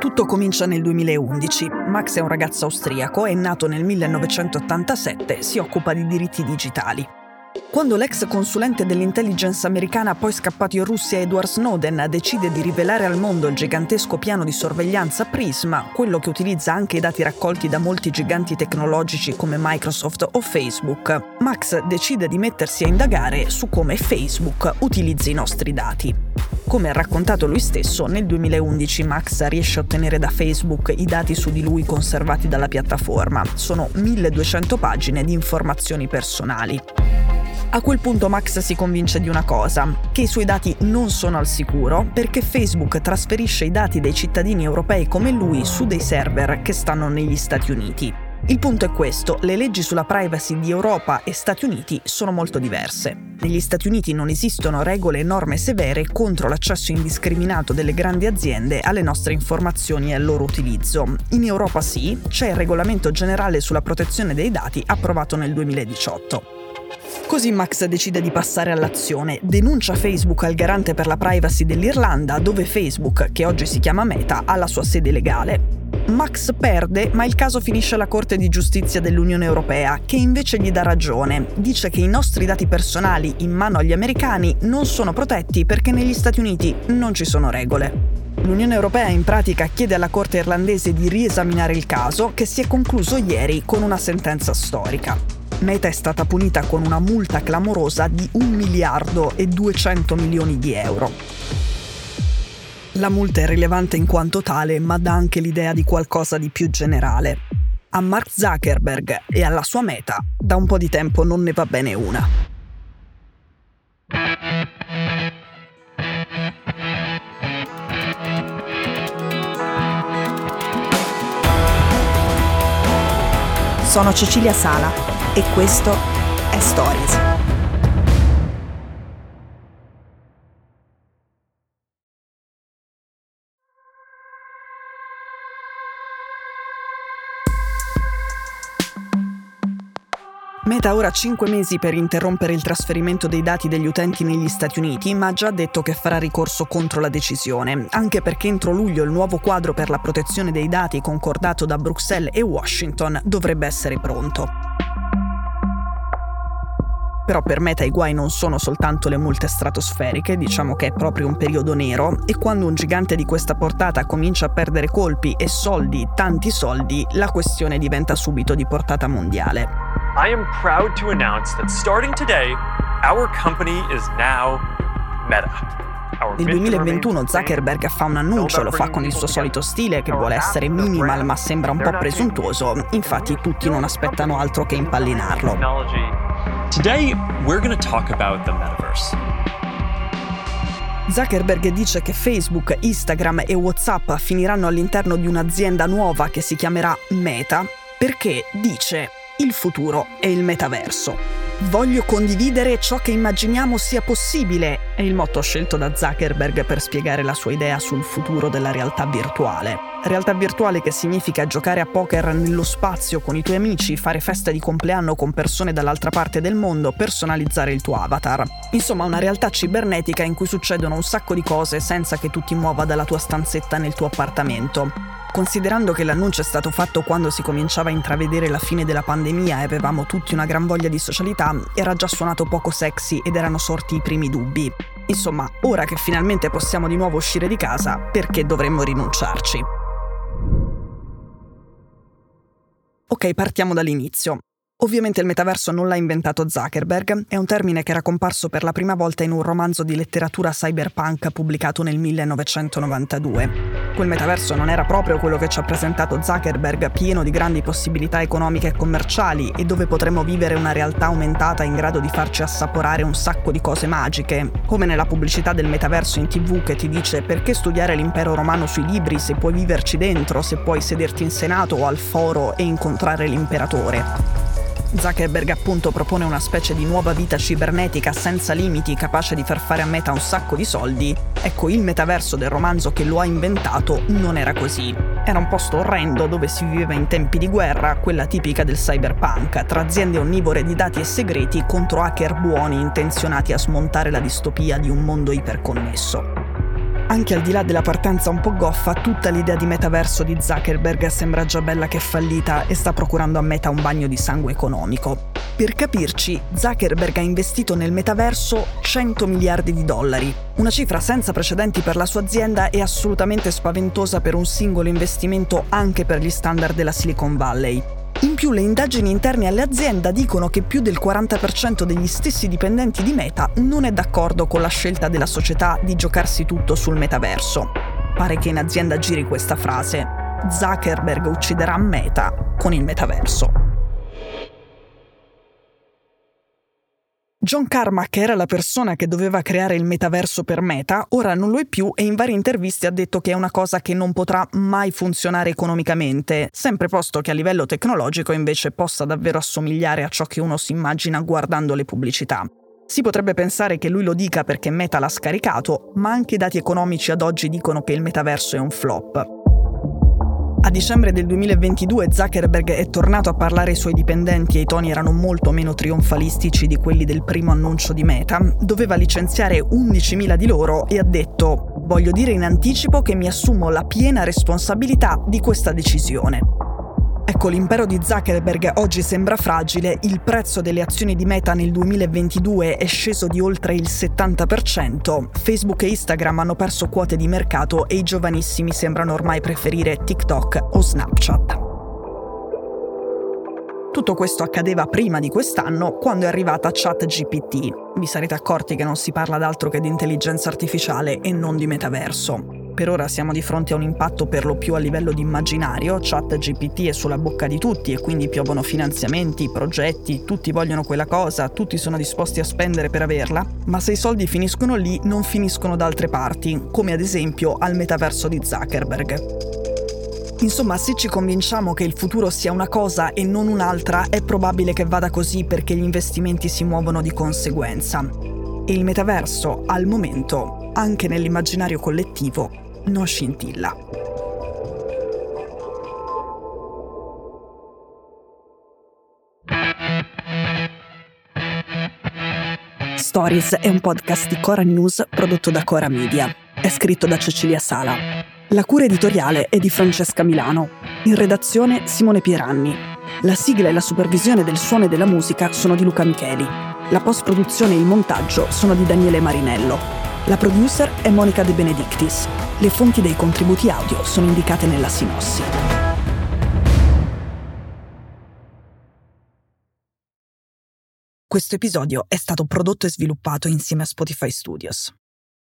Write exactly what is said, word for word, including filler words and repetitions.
Tutto comincia nel duemilaundici. Max è un ragazzo austriaco, è nato nel millenovecentottantasette, si occupa di diritti digitali. Quando l'ex consulente dell'intelligence americana poi scappato in Russia Edward Snowden decide di rivelare al mondo il gigantesco piano di sorveglianza Prisma, quello che utilizza anche i dati raccolti da molti giganti tecnologici come Microsoft o Facebook, Max decide di mettersi a indagare su come Facebook utilizzi i nostri dati. Come ha raccontato lui stesso, nel duemilaundici Max riesce a ottenere da Facebook i dati su di lui conservati dalla piattaforma. Sono milleduecento pagine di informazioni personali. A quel punto Max si convince di una cosa, che i suoi dati non sono al sicuro perché Facebook trasferisce i dati dei cittadini europei come lui su dei server che stanno negli Stati Uniti. Il punto è questo, le leggi sulla privacy di Europa e Stati Uniti sono molto diverse. Negli Stati Uniti non esistono regole e norme severe contro l'accesso indiscriminato delle grandi aziende alle nostre informazioni e al loro utilizzo. In Europa sì, c'è il regolamento generale sulla protezione dei dati approvato nel duemiladiciotto. Così Max decide di passare all'azione, denuncia Facebook al garante per la privacy dell'Irlanda, dove Facebook, che oggi si chiama Meta, ha la sua sede legale. Max perde, ma il caso finisce alla Corte di Giustizia dell'Unione Europea, che invece gli dà ragione. Dice che i nostri dati personali in mano agli americani non sono protetti perché negli Stati Uniti non ci sono regole. L'Unione Europea in pratica chiede alla Corte irlandese di riesaminare il caso, che si è concluso ieri con una sentenza storica. Meta è stata punita con una multa clamorosa di un miliardo e duecento milioni di euro. La multa è rilevante in quanto tale, ma dà anche l'idea di qualcosa di più generale. A Mark Zuckerberg e alla sua Meta da un po' di tempo non ne va bene una. Sono Cecilia Sala e questo è Stories. Meta ha ora cinque mesi per interrompere il trasferimento dei dati degli utenti negli Stati Uniti, ma ha già detto che farà ricorso contro la decisione, anche perché entro luglio il nuovo quadro per la protezione dei dati concordato da Bruxelles e Washington dovrebbe essere pronto. Però per Meta i guai non sono soltanto le multe stratosferiche, diciamo che è proprio un periodo nero, e quando un gigante di questa portata comincia a perdere colpi e soldi, tanti soldi, la questione diventa subito di portata mondiale. I am proud to announce that starting today, our company is now Meta. Nel duemilaventuno Zuckerberg fa un annuncio, lo fa con il suo solito stile che vuole essere minimal ma sembra un po' presuntuoso, infatti tutti non aspettano altro che impallinarlo. Today we're going to talk about the metaverse. Zuckerberg dice che Facebook, Instagram e WhatsApp finiranno all'interno di un'azienda nuova che si chiamerà Meta perché, dice, il futuro è il metaverso. Voglio condividere ciò che immaginiamo sia possibile, è il motto scelto da Zuckerberg per spiegare la sua idea sul futuro della realtà virtuale. Realtà virtuale che significa giocare a poker nello spazio con i tuoi amici, fare festa di compleanno con persone dall'altra parte del mondo, personalizzare il tuo avatar. Insomma, una realtà cibernetica in cui succedono un sacco di cose senza che tu ti muova dalla tua stanzetta nel tuo appartamento. Considerando che l'annuncio è stato fatto quando si cominciava a intravedere la fine della pandemia e avevamo tutti una gran voglia di socialità, era già suonato poco sexy ed erano sorti i primi dubbi. Insomma, ora che finalmente possiamo di nuovo uscire di casa, perché dovremmo rinunciarci? Ok, partiamo dall'inizio. Ovviamente il metaverso non l'ha inventato Zuckerberg, è un termine che era comparso per la prima volta in un romanzo di letteratura cyberpunk pubblicato nel millenovecentonovantadue. Quel metaverso non era proprio quello che ci ha presentato Zuckerberg, pieno di grandi possibilità economiche e commerciali e dove potremo vivere una realtà aumentata in grado di farci assaporare un sacco di cose magiche, come nella pubblicità del metaverso in tivù che ti dice perché studiare l'impero romano sui libri se puoi viverci dentro, se puoi sederti in senato o al foro e incontrare l'imperatore. Zuckerberg appunto propone una specie di nuova vita cibernetica senza limiti, capace di far fare a Meta un sacco di soldi. Ecco, il metaverso del romanzo che lo ha inventato non era così. Era un posto orrendo dove si viveva in tempi di guerra, quella tipica del cyberpunk, tra aziende onnivore di dati e segreti contro hacker buoni intenzionati a smontare la distopia di un mondo iperconnesso. Anche al di là della partenza un po' goffa, tutta l'idea di metaverso di Zuckerberg sembra già bella che fallita e sta procurando a Meta un bagno di sangue economico. Per capirci, Zuckerberg ha investito nel metaverso cento miliardi di dollari, una cifra senza precedenti per la sua azienda e assolutamente spaventosa per un singolo investimento anche per gli standard della Silicon Valley. In più, le indagini interne all'azienda dicono che più del quaranta per cento degli stessi dipendenti di Meta non è d'accordo con la scelta della società di giocarsi tutto sul metaverso. Pare che in azienda giri questa frase: Zuckerberg ucciderà Meta con il metaverso. John Carmack era la persona che doveva creare il metaverso per Meta, ora non lo è più e in varie interviste ha detto che è una cosa che non potrà mai funzionare economicamente, sempre posto che a livello tecnologico invece possa davvero assomigliare a ciò che uno si immagina guardando le pubblicità. Si potrebbe pensare che lui lo dica perché Meta l'ha scaricato, ma anche i dati economici ad oggi dicono che il metaverso è un flop. A dicembre del duemilaventidue Zuckerberg è tornato a parlare ai suoi dipendenti e i toni erano molto meno trionfalistici di quelli del primo annuncio di Meta. Doveva licenziare undicimila di loro e ha detto: «Voglio dire in anticipo che mi assumo la piena responsabilità di questa decisione». Ecco, l'impero di Zuckerberg oggi sembra fragile, il prezzo delle azioni di Meta nel duemilaventidue è sceso di oltre il settanta per cento, Facebook e Instagram hanno perso quote di mercato e i giovanissimi sembrano ormai preferire TikTok o Snapchat. Tutto questo accadeva prima di quest'anno, quando è arrivata ChatGPT. Vi sarete accorti che non si parla d'altro che di intelligenza artificiale e non di metaverso. Per ora siamo di fronte a un impatto per lo più a livello di immaginario, ChatGPT è sulla bocca di tutti e quindi piovono finanziamenti, progetti, tutti vogliono quella cosa, tutti sono disposti a spendere per averla, ma se i soldi finiscono lì non finiscono da altre parti, come ad esempio al metaverso di Zuckerberg. Insomma, se ci convinciamo che il futuro sia una cosa e non un'altra, è probabile che vada così perché gli investimenti si muovono di conseguenza. E il metaverso, al momento, anche nell'immaginario collettivo, non scintilla. Stories è un podcast di Cora News prodotto da Cora Media. È scritto da Cecilia Sala. La cura editoriale è di Francesca Milano. In redazione Simone Pieranni. La sigla e la supervisione del suono e della musica sono di Luca Micheli. La post-produzione e il montaggio sono di Daniele Marinello. La producer è Monica De Benedictis. Le fonti dei contributi audio sono indicate nella sinossi. Questo episodio è stato prodotto e sviluppato insieme a Spotify Studios.